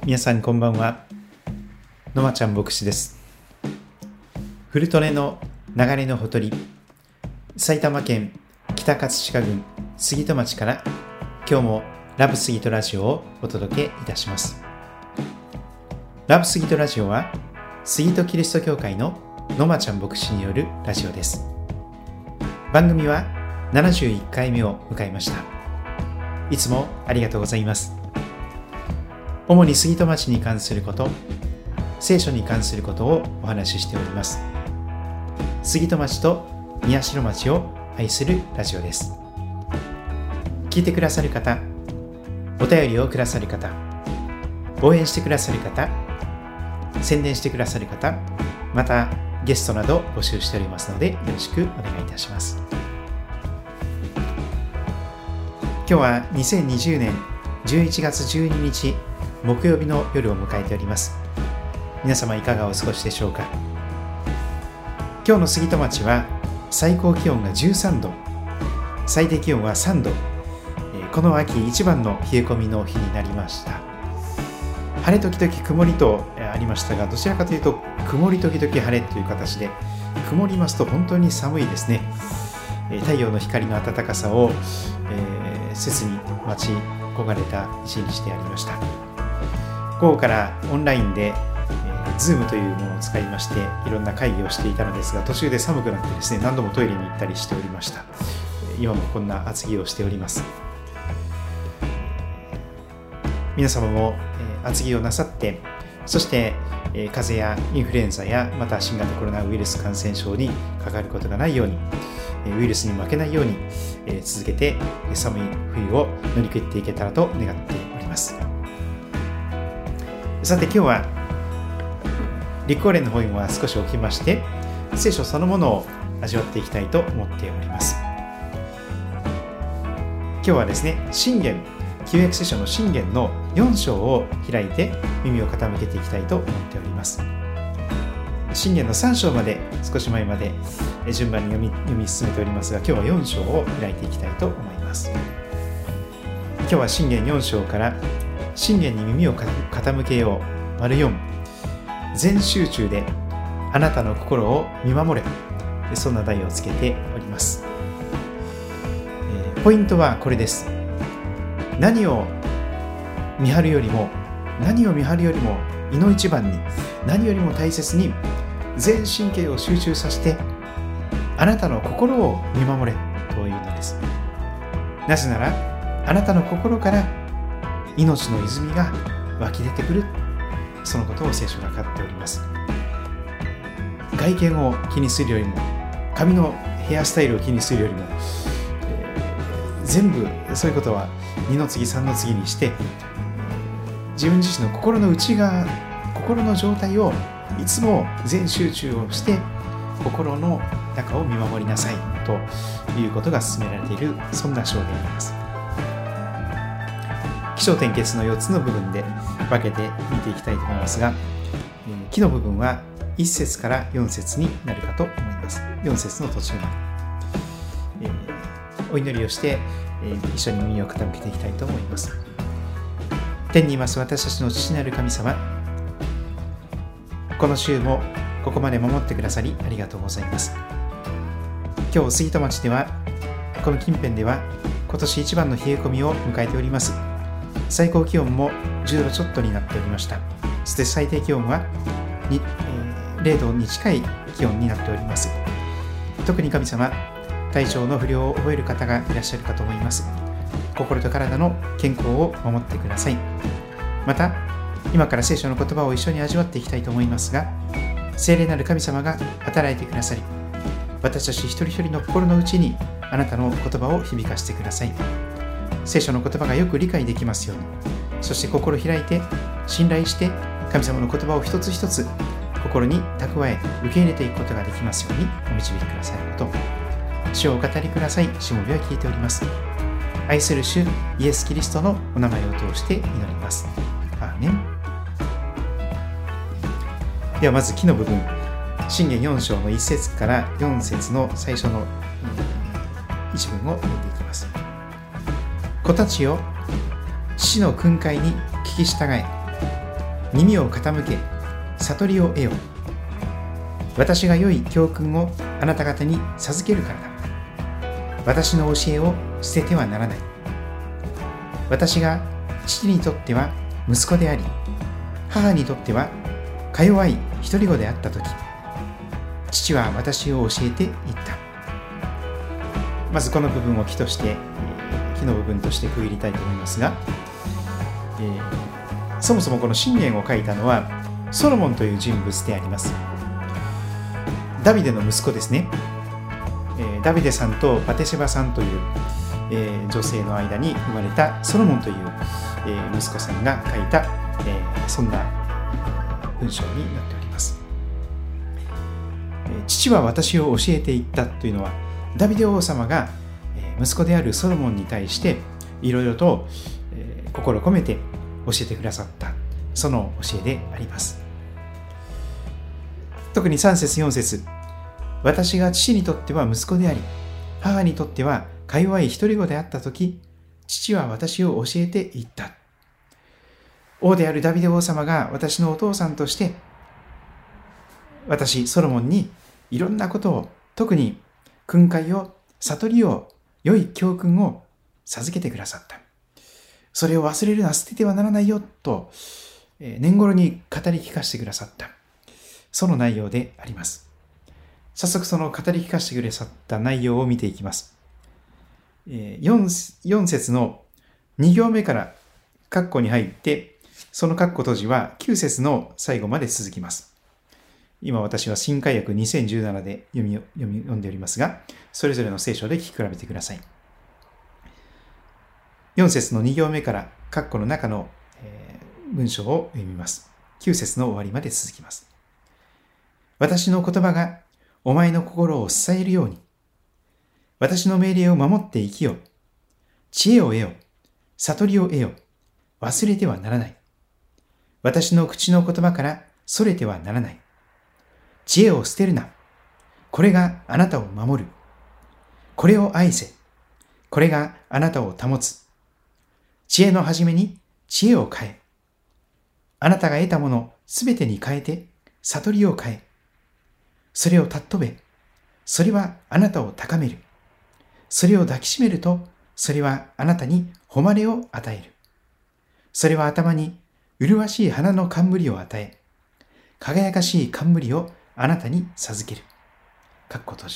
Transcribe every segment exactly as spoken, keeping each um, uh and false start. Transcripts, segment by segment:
皆さんこんばんは。のまちゃん牧師です。古利根の流れのほとり、埼玉県北葛飾郡杉戸町から今日もラブ杉戸ラジオをお届けいたします。ラブ杉戸ラジオは杉戸キリスト教会ののまちゃん牧師によるラジオです。番組はななじゅういっかいめを迎えました。いつもありがとうございます。主に杉戸町に関すること、聖書に関することをお話ししております。杉戸町と宮代町を愛するラジオです。聞いてくださる方、お便りをくださる方、応援してくださる方、宣伝してくださる方、またゲストなど募集しておりますのでよろしくお願いいたします。今日はにせんにじゅうねんじゅういちがつじゅうににち木曜日の夜を迎えております。皆様いかがお過ごしでしょうか。今日の杉戸町は最高気温がじゅうさんど、最低気温はさんど、この秋一番の冷え込みの日になりました。晴れ時々曇りとありましたが、どちらかというと曇り時々晴れという形で、曇りますと本当に寒いですね。太陽の光の暖かさを、えー、切に待ち焦がれた一日でありました。午後からオンラインで、えー、Zoom というものを使いましていろんな会議をしていたのですが、途中で寒くなってですね、何度もトイレに行ったりしておりました。今もこんな厚着をしております。皆様も、えー、厚着をなさって、そして、えー、風邪やインフルエンザやまた新型コロナウイルス感染症にかかることがないように、ウイルスに負けないように、えー、続けて寒い冬を乗り切っていけたらと願っております。さて今日は立候連の方には少し置きまして、聖書そのものを味わっていきたいと思っております。今日はですね、箴言、旧約聖書の箴言のよんしょうを開いて耳を傾けていきたいと思っております。箴言のさんしょうまで少し前まで順番に読み、読み進めておりますが、今日はよんしょうを開いていきたいと思います。今日は箴言よんしょうから箴言に耳を傾けよう丸よん、全集中であなたの心を見守れ、そんな題をつけております。えー、ポイントはこれです。何を見張るよりも何を見張るよりもいの一番に、何よりも大切に全神経を集中させてあなたの心を見守れというのです。なぜならあなたの心から命の泉が湧き出てくる、そのことを聖書が語っております。外見を気にするよりも、髪のヘアスタイルを気にするよりも、えー、全部そういうことはにの次さんの次にして、自分自身の心の内側、心の状態をいつも全集中をして心の中を見守りなさいということが勧められている、そんな章であります。起承転結のよっつの部分で分けて見ていきたいと思いますが、起の部分はいっせつからよんせつになるかと思います。よんせつの途中まで、えー、お祈りをして、えー、一緒に耳を傾けていきたいと思います。天にいます私たちの父なる神様、この週もここまで守ってくださりありがとうございます。今日杉戸町では、この近辺では今年一番の冷え込みを迎えております。最高気温もじゅうどちょっとになっておりました。そして最低気温はに、えー、れいどに近い気温になっております。特に神様、体調の不良を覚える方がいらっしゃるかと思います。心と体の健康を守ってください。また今から聖書の言葉を一緒に味わっていきたいと思いますが、聖霊なる神様が働いてくださり、私たち一人一人の心の内にあなたの言葉を響かせてください。聖書の言葉がよく理解できますように、そして心を開いて信頼して神様の言葉を一つ一つ心に蓄え受け入れていくことができますようにお導きくださること、主をお語りください。しもべは聞いております。愛する主イエス・キリストのお名前を通して祈ります。アーメン。ではまず起の部分、箴言よんしょうのいっせつからよんせつの最初の一文を読んでいきます。子たちよ、父の訓戒に聞き従え、 耳を傾け、悟りを得よ。私が良い教訓をあなた方に授けるからだ。私の教えを捨ててはならない。私が父にとっては息子であり、母にとってはか弱い一人子であったとき、父は私を教えて言った。まずこの部分を木として、木の部分として区切りたいと思いますが、えー、そもそもこの箴言を書いたのはソロモンという人物であります。ダビデの息子ですね。えー、ダビデさんとバテシェバさんという、えー、女性の間に生まれたソロモンという、えー、息子さんが書いた、えー、そんな文章になっております。えー、父は私を教えていったというのは、ダビデ王様が息子であるソロモンに対していろいろと心込めて教えてくださったその教えであります。特にさん節よん節、私が父にとっては息子であり、母にとってはか弱い一人子であったとき、父は私を教えて言った。王であるダビデ王様が私のお父さんとして私ソロモンにいろんなことを、特に訓戒を、悟りを、良い教訓を授けてくださった。それを忘れるな、捨ててはならないよと年頃に語り聞かせてくださった、その内容であります。早速その語り聞かせてくださった内容を見ていきます。 4, 4節のに行目から括弧に入って、その括弧閉じはきゅう節の最後まで続きます。今私は新海訳にせんじゅうななで読み読み読んでおりますが、それぞれの聖書で聞き比べてください。よん節のに行目から括弧の中の、えー、文章を読みます。きゅう節の終わりまで続きます。私の言葉がお前の心を支えるように、私の命令を守って生きよ。知恵を得よ。悟りを得よ。忘れてはならない。私の口の言葉からそれてはならない。知恵を捨てるな。これがあなたを守る。これを愛せ。これがあなたを保つ。知恵の始めに知恵を変え。あなたが得たものすべてに変えて悟りを変え。それを尊べ。それはあなたを高める。それを抱きしめると、それはあなたに誉れを与える。それは頭に麗しい花の冠を与え、輝かしい冠をあなたに授ける。括弧閉じ。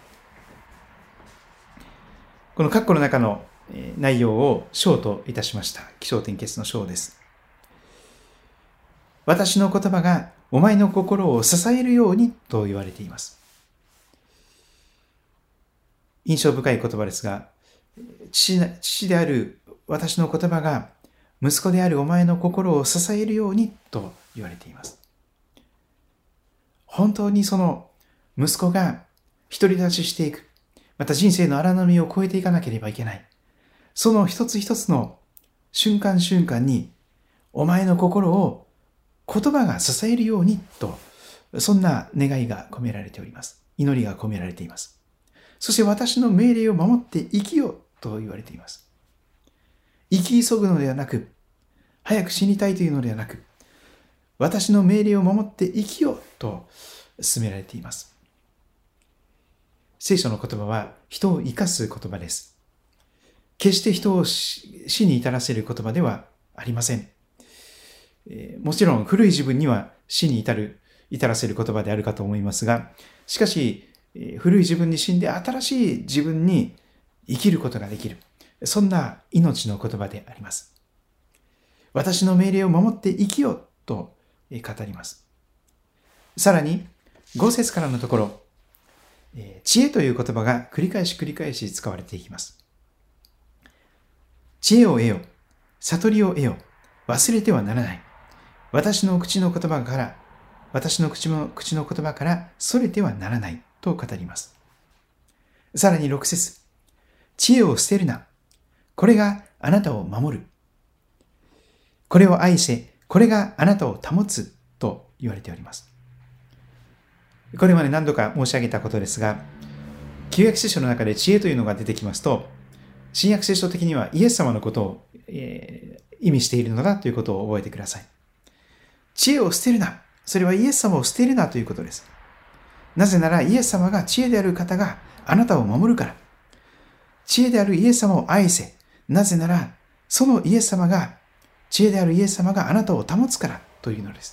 この括弧の中の内容を章といたしました。起承転結の章です。私の言葉がお前の心を支えるようにと言われています。印象深い言葉ですが、父、父である私の言葉が息子であるお前の心を支えるようにと言われています。本当にその息子が独り立ちしていく、また人生の荒波を越えていかなければいけない。その一つ一つの瞬間瞬間に、お前の心を言葉が支えるようにと、そんな願いが込められております。祈りが込められています。そして私の命令を守って生きよと言われています。生き急ぐのではなく、早く死にたいというのではなく、私の命令を守って生きようと勧められています。聖書の言葉は人を生かす言葉です。決して人を死に至らせる言葉ではありません。もちろん古い自分には死に至る、至らせる言葉であるかと思いますが、しかし古い自分に死んで新しい自分に生きることができる。そんな命の言葉であります。私の命令を守って生きようと語ります。さらにご節からのところ、知恵という言葉が繰り返し繰り返し使われていきます。知恵を得よ、悟りを得よ、忘れてはならない。私の口の言葉から、私の口の口の言葉からそれてはならないと語ります。さらにろく節、知恵を捨てるな。これがあなたを守る。これを愛せ、これがあなたを保つと言われております。これまで何度か申し上げたことですが、旧約聖書の中で知恵というのが出てきますと、新約聖書的にはイエス様のことを、えー、意味しているのだということを覚えてください。 知恵を捨てるな。それはイエス様を捨てるなということです。なぜならイエス様が知恵である方があなたを守るから。知恵であるイエス様を愛せ。なぜならそのイエス様が、知恵であるイエス様があなたを保つからというのです。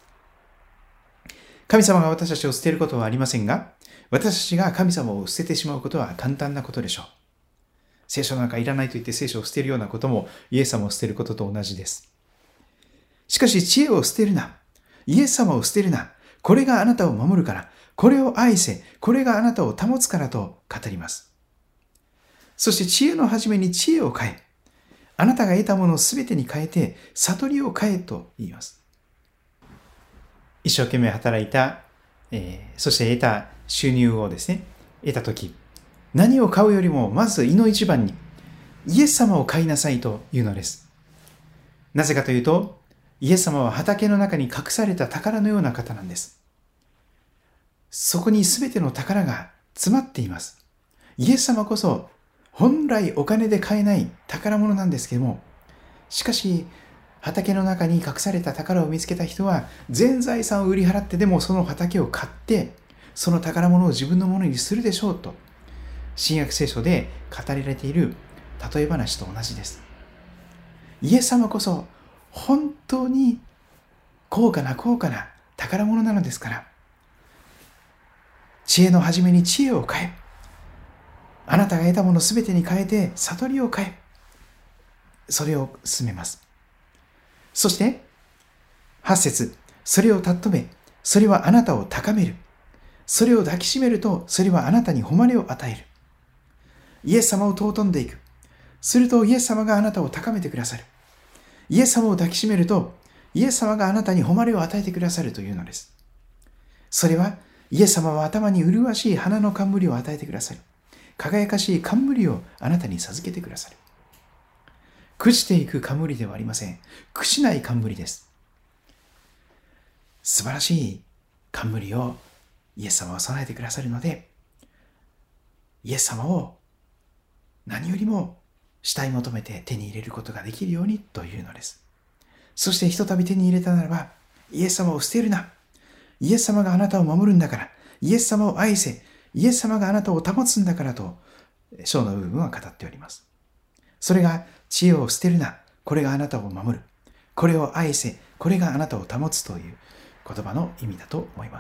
神様が私たちを捨てることはありませんが、私たちが神様を捨ててしまうことは簡単なことでしょう。聖書なんかいらないと言って聖書を捨てるようなこともイエス様を捨てることと同じです。しかし知恵を捨てるな。イエス様を捨てるな。これがあなたを守るから。これを愛せ。これがあなたを保つからと語ります。そして知恵の初めに知恵を変え。あなたが得たものをすべてに変えて悟りを変えと言います。一生懸命働いた、えー、そして得た収入をですね、得たとき、何を買うよりもまず胃の一番にイエス様を買いなさいというのです。なぜかというと、イエス様は畑の中に隠された宝のような方なんです。そこにすべての宝が詰まっています。イエス様こそ本来お金で買えない宝物なんですけども、しかし畑の中に隠された宝を見つけた人は全財産を売り払ってでもその畑を買ってその宝物を自分のものにするでしょうと、新約聖書で語られている例え話と同じです。イエス様こそ本当に高価な高価な宝物なのですから、知恵の初めに知恵を変え、あなたが得たものすべてに変えて悟りを変え、それを進めます。そしてはち節、それを尊め、それはあなたを高める。それを抱きしめると、それはあなたに誉れを与える。イエス様を尊んでいく。するとイエス様があなたを高めてくださる。イエス様を抱きしめると、イエス様があなたに誉れを与えてくださるというのです。それは、イエス様は頭に麗しい花の冠を与えてくださる。輝かしい冠をあなたに授けてくださる。朽ちていく冠ではありません。朽ちない冠です。素晴らしい冠をイエス様は備えてくださるので、イエス様を何よりも慕い求めて手に入れることができるようにというのです。そしてひとたび手に入れたならば、イエス様を捨てるな。イエス様があなたを守るんだから、イエス様を愛せ、イエス様があなたを保つんだからと、章の部分は語っております。それが知恵を捨てるな。これがあなたを守る。これを愛せ。これがあなたを保つという言葉の意味だと思います。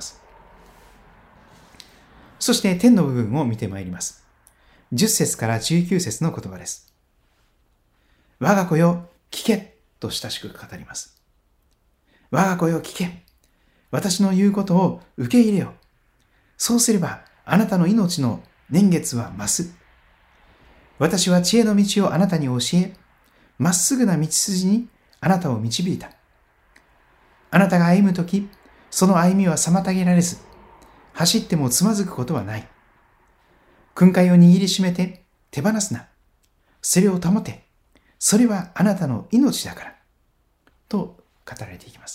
そして天の部分を見てまいります。じゅっ節からじゅうきゅう節の言葉です。我が子よ、聞けと親しく語ります。我が子よ、聞け。私の言うことを受け入れよ。そうすれば、あなたの命の年月は増す。私は知恵の道をあなたに教え、まっすぐな道筋にあなたを導いた。あなたが歩むとき、その歩みは妨げられず、走ってもつまずくことはない。訓戒を握りしめて手放すな。それを保て。それはあなたの命だから。と語られていきます。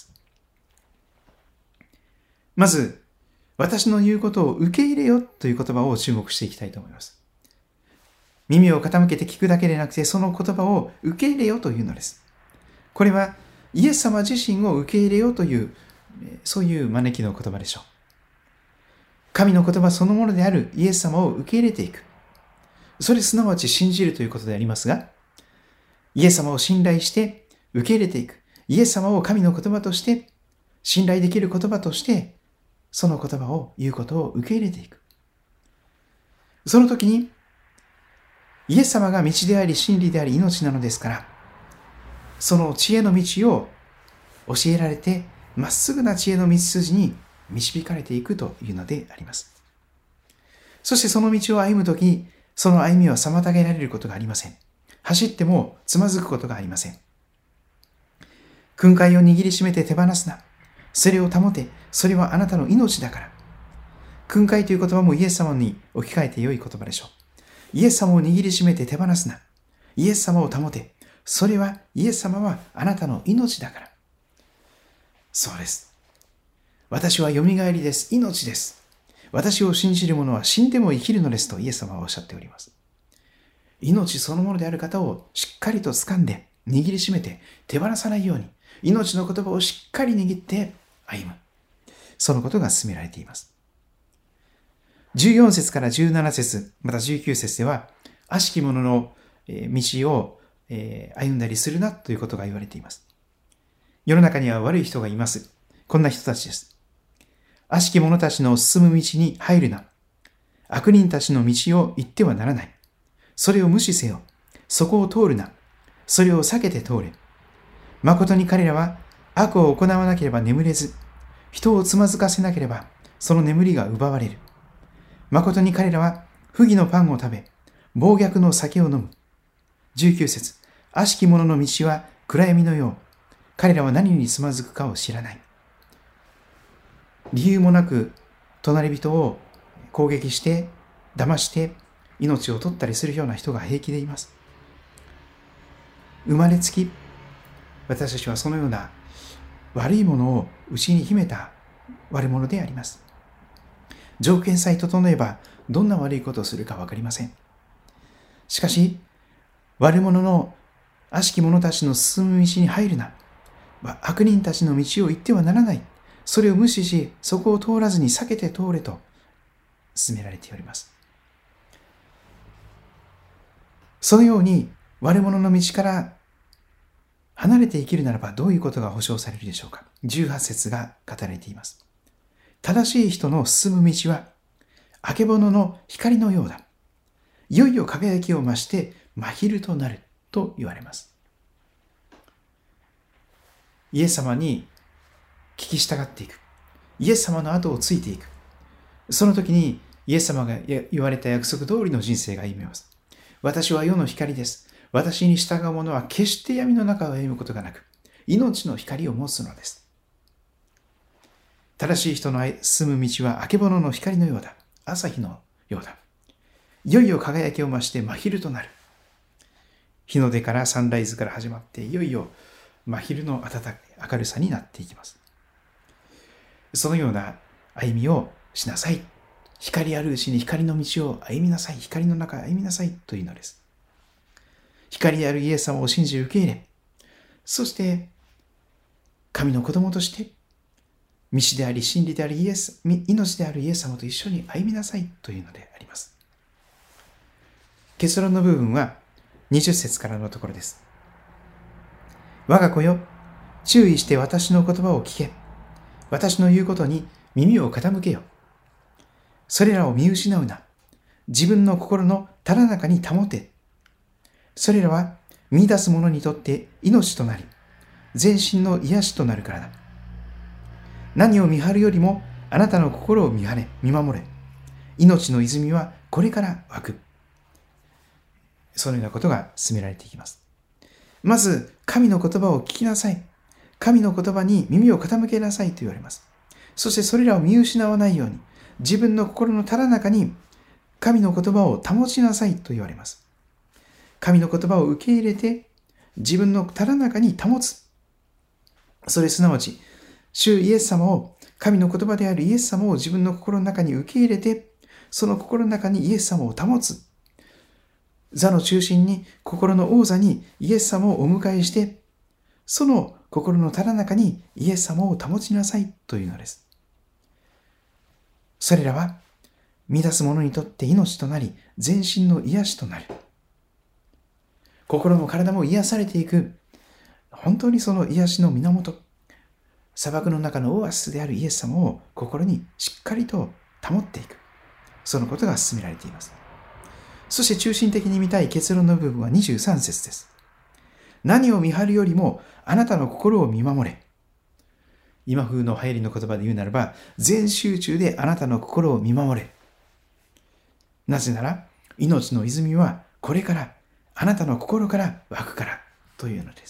まず、私の言うことを受け入れよという言葉を注目していきたいと思います。耳を傾けて聞くだけでなくて、その言葉を受け入れよというのです。これはイエス様自身を受け入れよという、そういう招きの言葉でしょう。神の言葉そのものであるイエス様を受け入れていく。それすなわち信じるということでありますが、イエス様を信頼して受け入れていく。イエス様を神の言葉として、信頼できる言葉として、その言葉を言うことを受け入れていく。その時に、イエス様が道であり真理であり命なのですから、その知恵の道を教えられて、まっすぐな知恵の道筋に導かれていくというのであります。そしてその道を歩むときに、その歩みは妨げられることがありません。走ってもつまずくことがありません。訓戒を握りしめて手放すな。それを保て。それはあなたの命だから。訓戒という言葉もイエス様に置き換えて良い言葉でしょう。イエス様を握りしめて手放すな。イエス様を保て。それは、イエス様はあなたの命だから。そうです。私はよみがえりです。命です。私を信じる者は死んでも生きるのですとイエス様はおっしゃっております。命そのものである方をしっかりと掴んで、握りしめて手放さないように、 命の言葉をしっかり握って歩む。そのことが進められています。じゅうよん節からじゅうなな節、またじゅうきゅう節では、悪しき者の道を歩んだりするなということが言われています。世の中には悪い人がいます。こんな人たちです。悪しき者たちの進む道に入るな。悪人たちの道を行ってはならない。それを無視せよ。そこを通るな。それを避けて通れ。誠に彼らは悪を行わなければ眠れず、人をつまずかせなければその眠りが奪われる。誠に彼らは不義のパンを食べ、暴虐の酒を飲む。じゅうきゅう節、悪しき者の道は暗闇のよう。彼らは何につまずくかを知らない。理由もなく隣人を攻撃して、騙して命を取ったりするような人が平気でいます。生まれつき、私たちはそのような悪いものを内に秘めた悪者であります。条件さえ整えば、どんな悪いことをするかわかりません。しかし、悪者の悪しき者たちの進む道に入るな。悪人たちの道を行ってはならない。それを無視し、そこを通らずに避けて通れと勧められております。そのように悪者の道から離れて生きるならばどういうことが保証されるでしょうか。じゅうはち節が語られています。正しい人の進む道は、あけぼのの光のようだ。いよいよ輝きを増して真昼となると言われます。イエス様に聞き従っていく。イエス様の後をついていく。その時にイエス様が言われた約束通りの人生が歩めます。私は世の光です。私に従う者は決して闇の中を歩むことがなく、命の光を持つのです。正しい人の進む道はあけぼのの光のようだ。朝日のようだ。いよいよ輝きを増して真昼となる。日の出からサンライズから始まって、いよいよ真昼の暖かい明るさになっていきます。そのような歩みをしなさい。光あるうちに光の道を歩みなさい。光の中を歩みなさいというのです。光あるイエス様を信じ受け入れ、そして神の子供として道であり真理でありイエス、命であるイエス様と一緒に歩みなさいというのであります。結論の部分はにじゅっ節からのところです。我が子よ、注意して私の言葉を聞け。私の言うことに耳を傾けよ。それらを見失うな。自分の心のただ中に保て。それらは見出す者にとって命となり、全身の癒しとなるからだ。何を見張るよりもあなたの心を見張れ、見守れ。命の泉はこれから湧く。そのようなことが進められていきます。まず、神の言葉を聞きなさい。神の言葉に耳を傾けなさいと言われます。そしてそれらを見失わないように、自分の心のただ中に神の言葉を保ちなさいと言われます。神の言葉を受け入れて、自分のただ中に保つ。それすなわち、主イエス様を、神の言葉であるイエス様を自分の心の中に受け入れて、その心の中にイエス様を保つ。座の中心に、心の王座にイエス様をお迎えして、その心のただ中にイエス様を保ちなさいというのです。それらは、見出す者にとって命となり、全身の癒しとなる。心も体も癒されていく、本当にその癒しの源、砂漠の中のオアシスであるイエス様を心にしっかりと保っていく。そのことが進められています。そして中心的に見たい結論の部分はにじゅうさん節です。何を見張るよりもあなたの心を見守れ。今風の流行りの言葉で言うならば、全集中であなたの心を見守れ。なぜなら、命の泉はこれからあなたの心から湧くからというのです。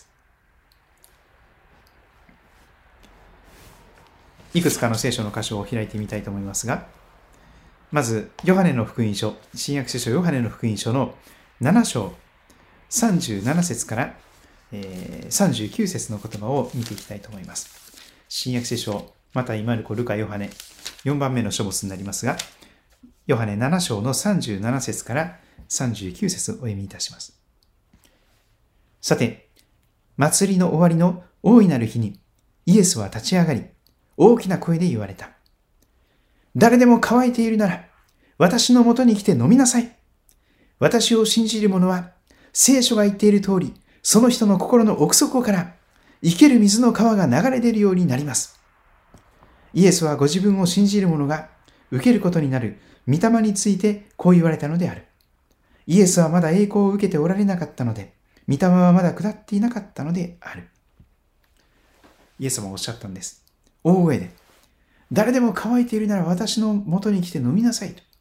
いくつかの聖書の箇所を開いてみたいと思いますが、まず、ヨハネの福音書、新約聖書ヨハネの福音書のなな章さんじゅうなな節から、えー、さんじゅうきゅう節の言葉を見ていきたいと思います。新約聖書、マタイ、マルコ、ルカ、ヨハネ、よんばんめの書物になりますが、ヨハネなな章のさんじゅうなな節からさんじゅうきゅう節をお読みいたします。さて、祭りの終わりの大いなる日にイエスは立ち上がり、大きな声で言われた。誰でも乾いているなら、私のもとに来て飲みなさい。私を信じる者は、聖書が言っている通り、その人の心の奥底から生ける水の川が流れ出るようになります。イエスはご自分を信じる者が受けることになる御霊についてこう言われたのである。イエスはまだ栄光を受けておられなかったので、御霊はまだ下っていなかったのである。イエス様はおっしゃったんです。大声で、誰でも乾いているなら私のもとに来て飲みなさいと。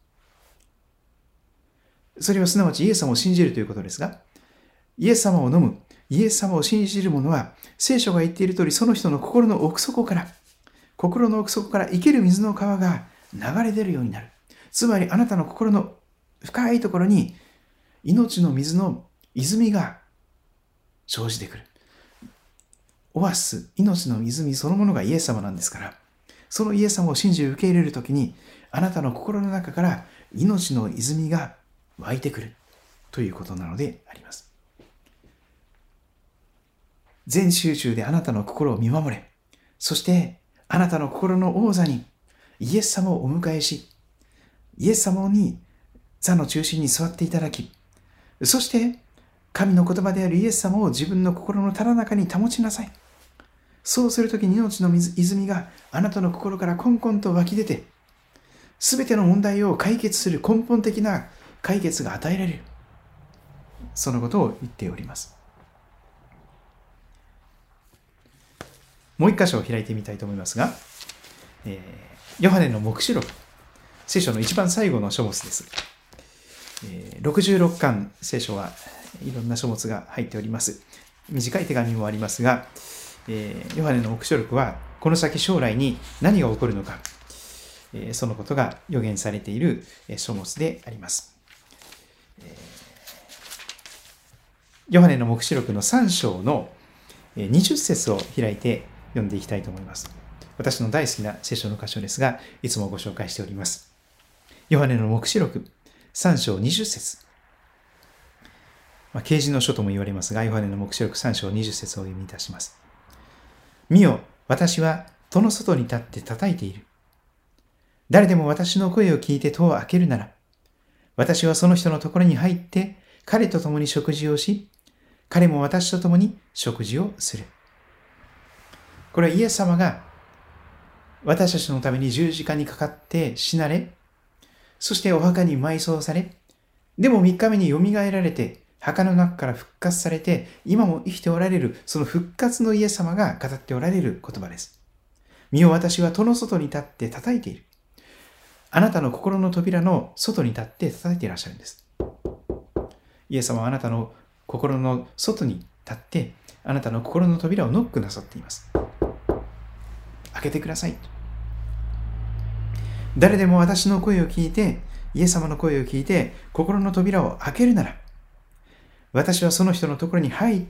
それはすなわちイエス様を信じるということですが、イエス様を飲む、イエス様を信じる者は、聖書が言っている通り、その人の心の奥底から、心の奥底から生ける水の川が流れ出るようになる。つまりあなたの心の深いところに命の水の泉が生じてくる。オアシス、命の泉そのものがイエス様なんですから、そのイエス様を信じ受け入れるときに、あなたの心の中から命の泉が湧いてくるということなのであります。全集中であなたの心を見守れ、そしてあなたの心の王座にイエス様をお迎えし、イエス様に座の中心に座っていただき、そして神の言葉であるイエス様を自分の心のただ中に保ちなさい。そうするときに命の泉があなたの心からコンコンと湧き出て、すべての問題を解決する根本的な解決が与えられる。そのことを言っております。もう一箇所を開いてみたいと思いますが、えー、ヨハネの黙示録、聖書の一番最後の書物です。えー、ろくじゅうろっかん聖書はいろんな書物が入っております。短い手紙もありますが、えー、ヨハネの黙示録はこの先将来に何が起こるのか、えー、そのことが予言されている書物であります。えー、ヨハネの黙示録のさん章のにじゅっ節を開いて読んでいきたいと思います。私の大好きな聖書の箇所ですが、いつもご紹介しております。ヨハネの黙示録さん章にじゅっ節。まあ、啓示の書とも言われますが、ヨハネの黙示録さん章にじゅっ節を読みいたします。見よ、私は戸の外に立って叩いている。誰でも私の声を聞いて戸を開けるなら、私はその人のところに入って、彼と共に食事をし、彼も私と共に食事をする。これはイエス様が私たちのために十字架にかかって死なれ、そしてお墓に埋葬され、でもみっかめによみがえられて、墓の中から復活されて、今も生きておられる、その復活のイエス様が語っておられる言葉です。見よ、私は戸の外に立って叩いている。あなたの心の扉の外に立って叩いていらっしゃるんです。イエス様はあなたの心の外に立って、あなたの心の扉をノックなさっています。開けてください。誰でも私の声を聞いて、イエス様の声を聞いて、心の扉を開けるなら、私はその人のところに入って、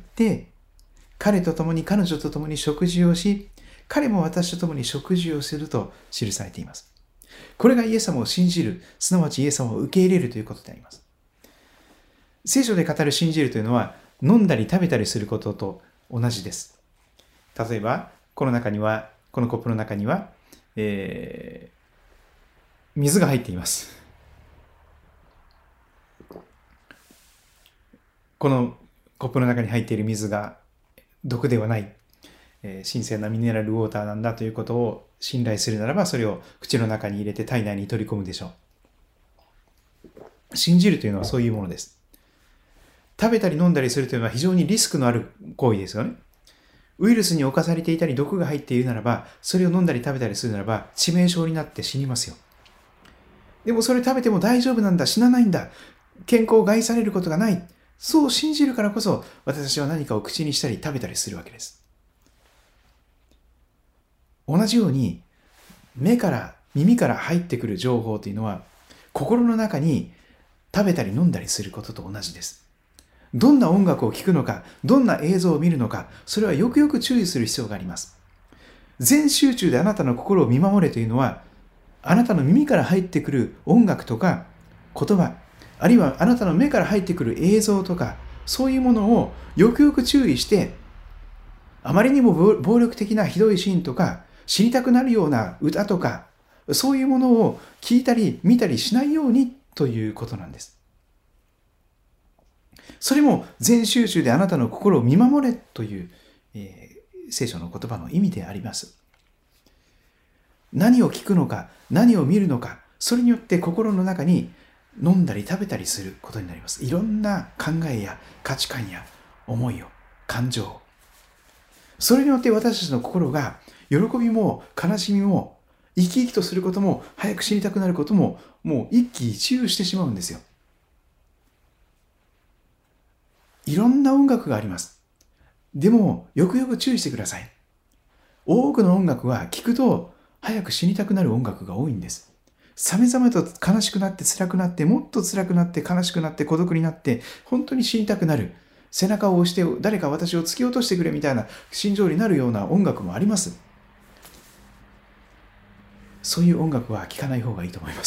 彼と共に彼女と共に食事をし、彼も私と共に食事をすると記されています。これがイエス様を信じる、すなわちイエス様を受け入れるということであります。聖書で語る信じるというのは、飲んだり食べたりすることと同じです。例えば、この中には、このコップの中には、えー、水が入っています。このコップの中に入っている水が毒ではない、えー、新鮮なミネラルウォーターなんだということを信頼するならば、それを口の中に入れて体内に取り込むでしょう。信じるというのはそういうものです。食べたり飲んだりするというのは非常にリスクのある行為ですよね。ウイルスに侵されていたり毒が入っているならば、それを飲んだり食べたりするならば致命傷になって死にますよ。でもそれ食べても大丈夫なんだ、死なないんだ、健康を害されることがない、そう信じるからこそ私たちは何かを口にしたり食べたりするわけです。同じように目から耳から入ってくる情報というのは心の中に食べたり飲んだりすることと同じです。どんな音楽を聴くのか、どんな映像を見るのか、それはよくよく注意する必要があります。全集中であなたの心を見守れというのは、あなたの耳から入ってくる音楽とか言葉、あるいはあなたの目から入ってくる映像とか、そういうものをよくよく注意して、 あまりにも暴力的なひどいシーンとか、死にたくなるような歌とか、そういうものを聞いたり見たりしないようにということなんです。それも全集中であなたの心を見守れという、えー、聖書の言葉の意味であります。何を聞くのか、何を見るのか、それによって心の中に飲んだり食べたりすることになります。いろんな考えや価値観や思いを、感情を。それによって私たちの心が喜びも悲しみも生き生きとすることも早く死にたくなることももう一喜一憂してしまうんですよ。いろんな音楽があります。でもよくよく注意してください。多くの音楽は聴くと早く死にたくなる音楽が多いんです。さめざめと悲しくなって辛くなってもっと辛くなって悲しくなって孤独になって本当に死にたくなる。背中を押して誰か私を突き落としてくれみたいな心情になるような音楽もあります。そういう音楽は聴かない方がいいと思います。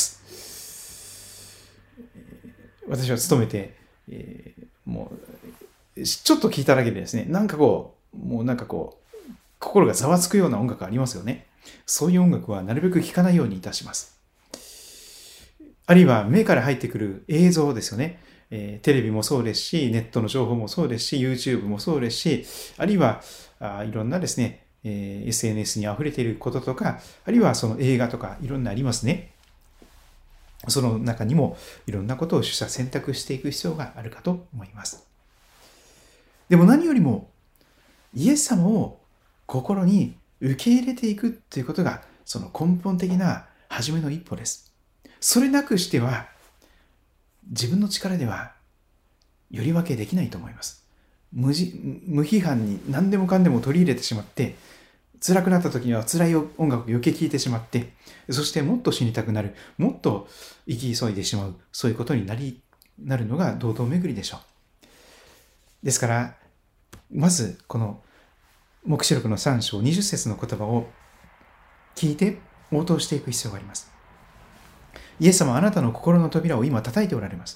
私は勤めて、えー、もうちょっと聴いただけでですね、なんかこう、もうなんかこう、心がざわつくような音楽ありますよね。そういう音楽はなるべく聴かないようにいたします。あるいは目から入ってくる映像ですよね。えー、テレビもそうですし、ネットの情報もそうですし、YouTube もそうですし、あるいはあいろんなですね、えー、エスエヌエス に溢れていることとか、あるいはその映画とかいろんなありますね。その中にもいろんなことを取捨選択していく必要があるかと思います。でも何よりもイエス様を心に受け入れていくということがその根本的な初めの一歩です。それなくしては自分の力ではより分けできないと思います。無じ、無批判に何でもかんでも取り入れてしまって、辛くなった時には辛い音楽を余計聴いてしまって、そしてもっと死にたくなる、もっと生き急いでしまう、そういうことになり、なるのが堂々巡りでしょう。ですから、まずこの黙示録のさん章にじゅっ節の言葉を聞いて応答していく必要があります。イエス様はあなたの心の扉を今叩いておられます。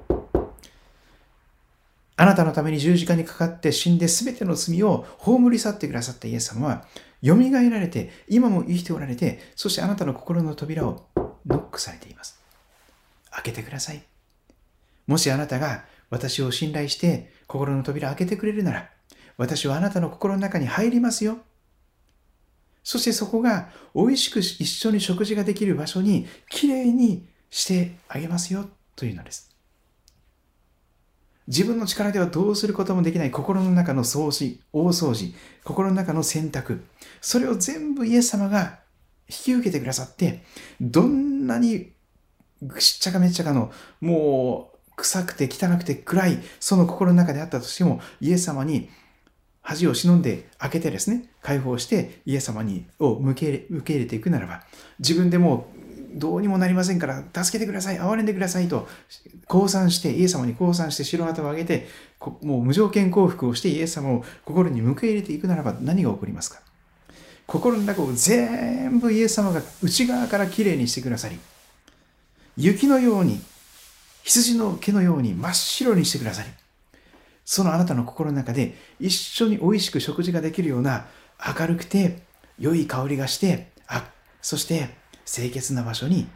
あなたのために十字架にかかって死んで全ての罪を葬り去ってくださったイエス様はよみがえられて今も生きておられて、そしてあなたの心の扉をノックされています。開けてください。もしあなたが私を信頼して心の扉を開けてくれるなら、私はあなたの心の中に入りますよ。そしてそこが美味しく一緒に食事ができる場所にきれいにしてあげますよというのです。自分の力ではどうすることもできない心の中の掃除、大掃除、心の中の選択、それを全部イエス様が引き受けてくださって、どんなにしっちゃかめっちゃかのもう臭くて汚くて暗いその心の中であったとしても、イエス様に恥を忍んで開けてですね、解放してイエス様にを受け入れ、受け入れていくならば、自分でもどうにもなりませんから助けてください、憐れんでくださいと降参して、イエス様に降参して白旗を上げて、もう無条件降伏をしてイエス様を心に迎え入れていくならば何が起こりますか。心の中を全部イエス様が内側からきれいにしてくださり、雪のように羊の毛のように真っ白にしてくださり、そのあなたの心の中で一緒に美味しく食事ができるような明るくて良い香りがして、あ、そして清潔な場所に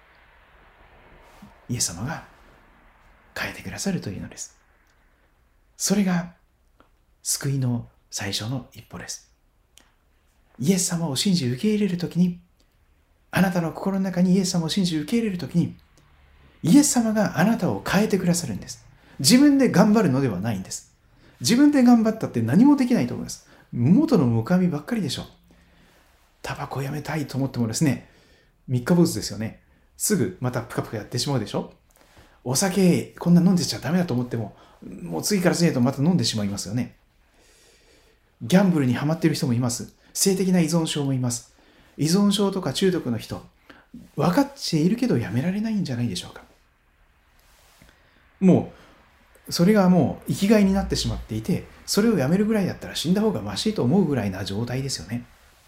イエス様が変えてくださるというのです。それが救いの最初の一歩です。イエス様を信じ受け入れるときに、あなたの心の中にイエス様を信じ受け入れるときに、イエス様があなたを変えてくださるんです。自分で頑張るのではないんです。自分で頑張ったって何もできないと思います。元のむかみばっかりでしょう。タバコやめたいと思ってもですね、三日坊主ですよね。すぐまたプカプカやってしまうでしょ。お酒こんな飲んでちゃダメだと思っても、もう次から次へとまた飲んでしまいますよね。ギャンブルにはまっている人もいます。性的な依存症もいます。依存症とか中毒の人、分かっているけどやめられないんじゃないでしょうか。もうそれがもう生きがいになってしまっていて、それをやめるぐらいだったら死んだ方がマシと思うぐらいな状態ですよね。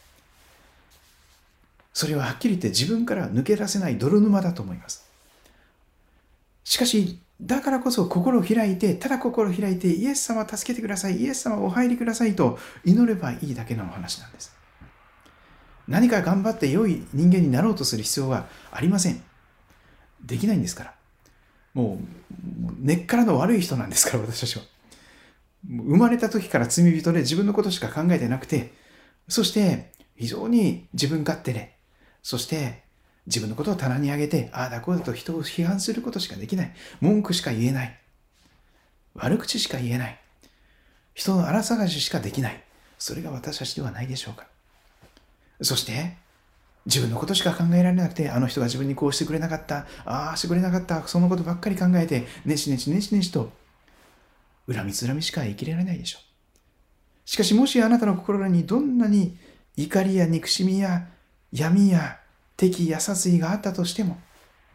それははっきり言って自分から抜け出せない泥沼だと思います。しかしだからこそ心を開いて、ただ心を開いて、イエス様助けてください、イエス様お入りくださいと祈ればいいだけの話なんです。何か頑張って良い人間になろうとする必要はありません。できないんですから。もう根っからの悪い人なんですから、私たちは。生まれた時から罪人で自分のことしか考えてなくて、そして非常に自分勝手で、そして自分のことを棚に上げて、ああだこうだと人を批判することしかできない。文句しか言えない。悪口しか言えない。人の荒探ししかできない。それが私たちではないでしょうか。そして自分のことしか考えられなくて、あの人が自分にこうしてくれなかった、ああしてくれなかった、そのことばっかり考えて、ねしねしねしねしと恨みつらみしか生きられないでしょう。しかしもしあなたの心にどんなに怒りや憎しみや闇や敵や殺意があったとしても、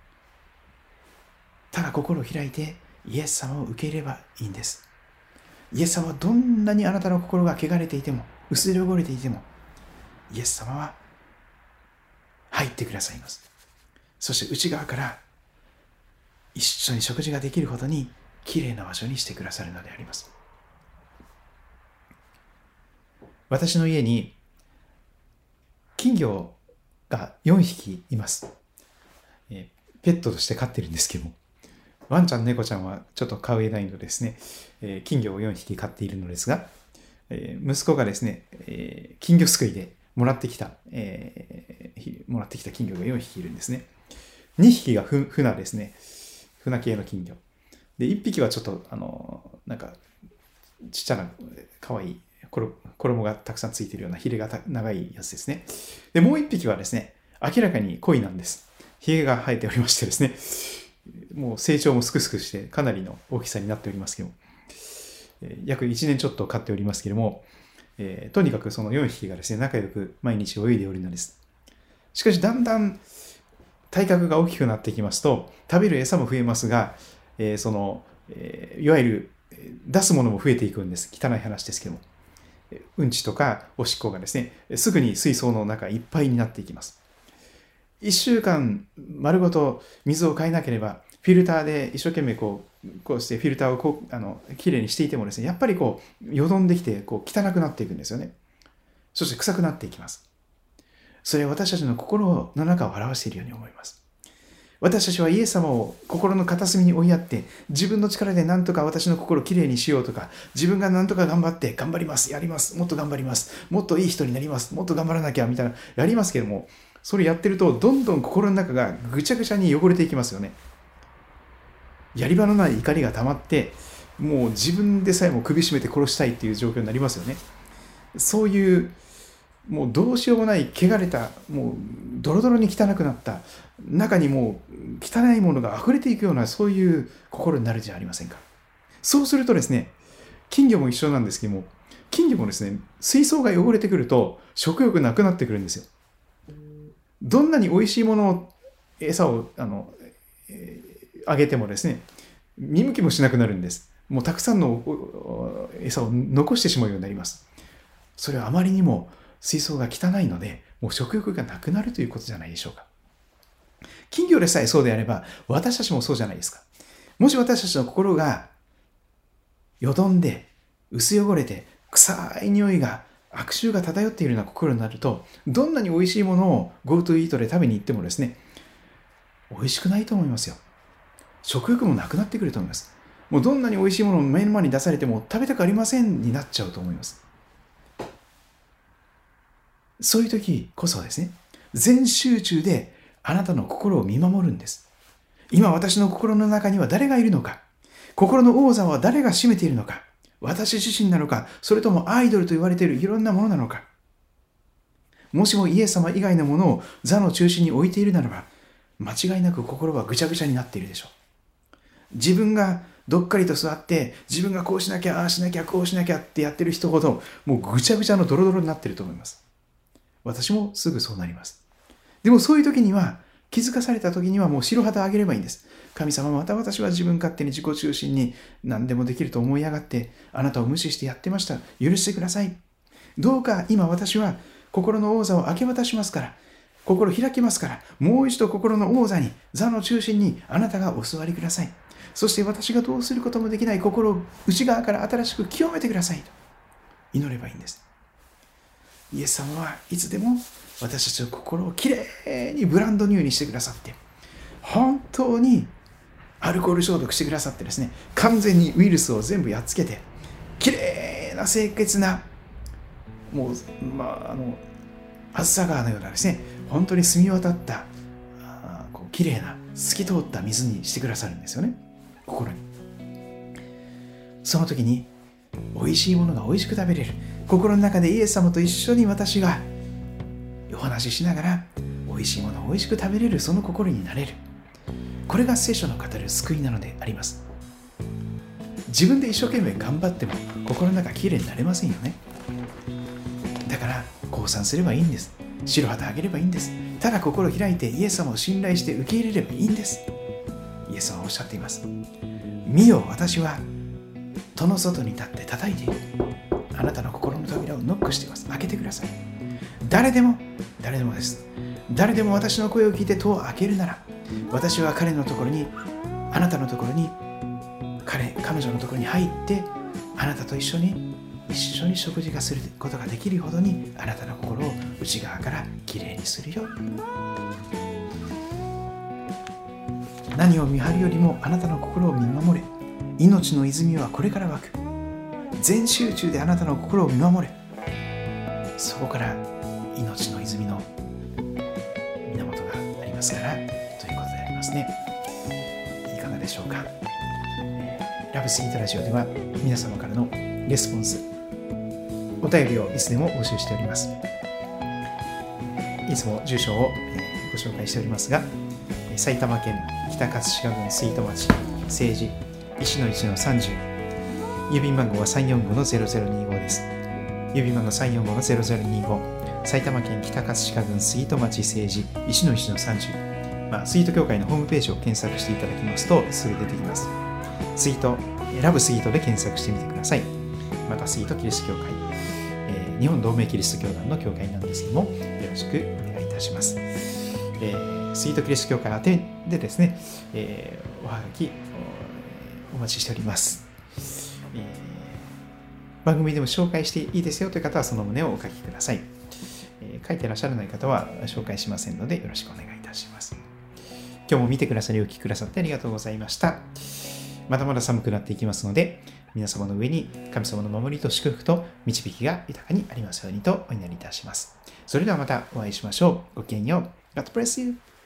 ただ心を開いてイエス様を受け入れればいいんです。イエス様はどんなにあなたの心が汚れていても、薄汚れていても、イエス様は入ってくださいます。そして内側から一緒に食事ができるほどにきれいな場所にしてくださるのであります。私の家に金魚がよんひきいます。えー、ペットとして飼ってるんですけども、ワンちゃん、猫ちゃんはちょっと飼えないのでですね、えー、金魚をよんひき飼っているのですが、えー、息子がですね、えー、金魚すくいでもらってきた、えー、もらってきた金魚がよんひきいるんですね。にひきがふ船ですね。船系の金魚。で、いっぴきはちょっと、あの、なんか、ちっちゃな、かわいい衣がたくさんついているようなヒレが長いやつですね。で、もういっぴきはですね、明らかに鯉なんです。ヒゲが生えておりましてですね、もう成長もすくすくしてかなりの大きさになっておりますけども、約いちねんちょっと飼っておりますけども、えー、とにかくそのよんひきがですね、仲良く毎日泳いでおるのです。しかしだんだん体格が大きくなってきますと、食べる餌も増えますが、えー、その、えー、いわゆる出すものも増えていくんです。汚い話ですけども。うんちとかおしっこがですね、すぐに水槽の中いっぱいになっていきます。いっしゅうかん丸ごと水を変えなければ、フィルターで一生懸命こう、こうしてフィルターをこう、あの、きれいにしていてもですね、やっぱりこう、よどんできて、こう、汚くなっていくんですよね。そして臭くなっていきます。それは私たちの心の中を表しているように思います。私たちはイエス様を心の片隅に追いやって、自分の力で何とか私の心をきれいにしようとか、自分が何とか頑張って、頑張ります、やります、もっと頑張ります、もっといい人になります、もっと頑張らなきゃみたいな、やりますけども、それやってると、どんどん心の中がぐちゃぐちゃに汚れていきますよね。やり場のない怒りが溜まって、もう自分でさえも首絞めて殺したいっていう状況になりますよね。そういう、もうどうしようもない汚れた、もうドロドロに汚くなった、中にもう汚いものが溢れていくような、そういう心になるじゃありませんか。そうするとですね、金魚も一緒なんですけども、金魚もですね、水槽が汚れてくると食欲なくなってくるんですよ。どんなに美味しいものを、餌をあの、えー、あげてもですね、見向きもしなくなるんです。もうたくさんの餌を残してしまうようになります。それはあまりにも水槽が汚いので、もう食欲がなくなるということじゃないでしょうか。金魚でさえそうであれば、私たちもそうじゃないですか。もし私たちの心がよどんで、薄汚れて、臭い匂いが、悪臭が漂っているような心になると、どんなに美味しいものを GoTo イートで食べに行ってもですね、美味しくないと思いますよ。食欲もなくなってくると思います。もうどんなに美味しいものを目の前に出されても食べたくありませんになっちゃうと思います。そういう時こそですね、全集中であなたの心を見守るんです。今私の心の中には誰がいるのか、心の王座は誰が占めているのか、私自身なのか、それともアイドルと言われているいろんなものなのか。もしもイエス様以外のものを座の中心に置いているならば、間違いなく心はぐちゃぐちゃになっているでしょう。自分がどっかりと座って、自分がこうしなきゃ、ああしなきゃ、こうしなきゃってやってる人ほど、もうぐちゃぐちゃのドロドロになっていると思います。私もすぐそうなります。でもそういう時には、気づかされた時にはもう白旗をあげればいいんです。神様、また私は自分勝手に自己中心に何でもできると思いやがって、あなたを無視してやってました。許してください。どうか今私は心の王座を明け渡しますから、心開きますから、もう一度心の王座に、座の中心にあなたがお座りください。 そして私がどうすることもできない心を内側から新しく清めてくださいと祈ればいいんです。イエス様はいつでも私たちの心をきれいにブランドニューにしてくださって、本当にアルコール消毒してくださってですね、完全にウイルスを全部やっつけて、きれいな清潔な、もう、まあ、あの、あずさ川のようなですね、本当に澄み渡った、あこうきれいな、透き通った水にしてくださるんですよね、心に。その時に、美味しいものが美味しく食べれる。心の中でイエス様と一緒に私がお話ししながら、美味しいものを美味しく食べれる、その心になれる。これが聖書の語る救いなのであります。自分で一生懸命頑張っても心の中きれいになれませんよね。だから降参すればいいんです。白旗あげればいいんです。ただ心を開いてイエス様を信頼して受け入れればいいんです。イエス様はおっしゃっています。見よ、私は戸の外に立って叩いている。あなたの心の扉をノックしています。開けてください。誰でも誰でもです。誰でも私の声を聞いて戸を開けるなら、私は彼のところに、あなたのところに、彼、彼女のところに入って、あなたと一緒に、一緒に食事がすることができるほどに、あなたの心を内側からきれいにするよ。何を見張るよりもあなたの心を見守れ。命の泉はこれから湧く。全集中であなたの心を見守れ。そこから命の泉の源がありますから、ということでありますね。いかがでしょうか。ラブスイートラジオでは皆様からのレスポンス、お便りをいつでも募集しております。いつも住所をご紹介しておりますが、埼玉県北葛飾郡水戸町西寺いちのいちのさんじゅう、郵便番号はさんよんごのゼロゼロにごです。郵便番号さんよんごのゼロゼロにご、埼玉県北葛飾郡水戸町西寺いちのいちのさんじゅう、まあ、スイート協会のホームページを検索していただきますとすぐ出てきます。スイート、ラブスイートで検索してみてください。またスイートキリスト教会、えー、日本同盟キリスト教団の教会なんですけども、よろしくお願いいたします。えー、スイートキリスト教会宛てでですね、えー、おはがきお待ちしております。えー、番組でも紹介していいですよという方はその旨をお書きください。えー、書いていらっしゃらない方は紹介しませんのでよろしくお願いいたします。今日も見てくださりお聞きくださってありがとうございました。まだまだ寒くなっていきますので、皆様の上に神様の守りと祝福と導きが豊かにありますようにとお祈りいたします。それではまたお会いしましょう。ごきげんよう。God bless you.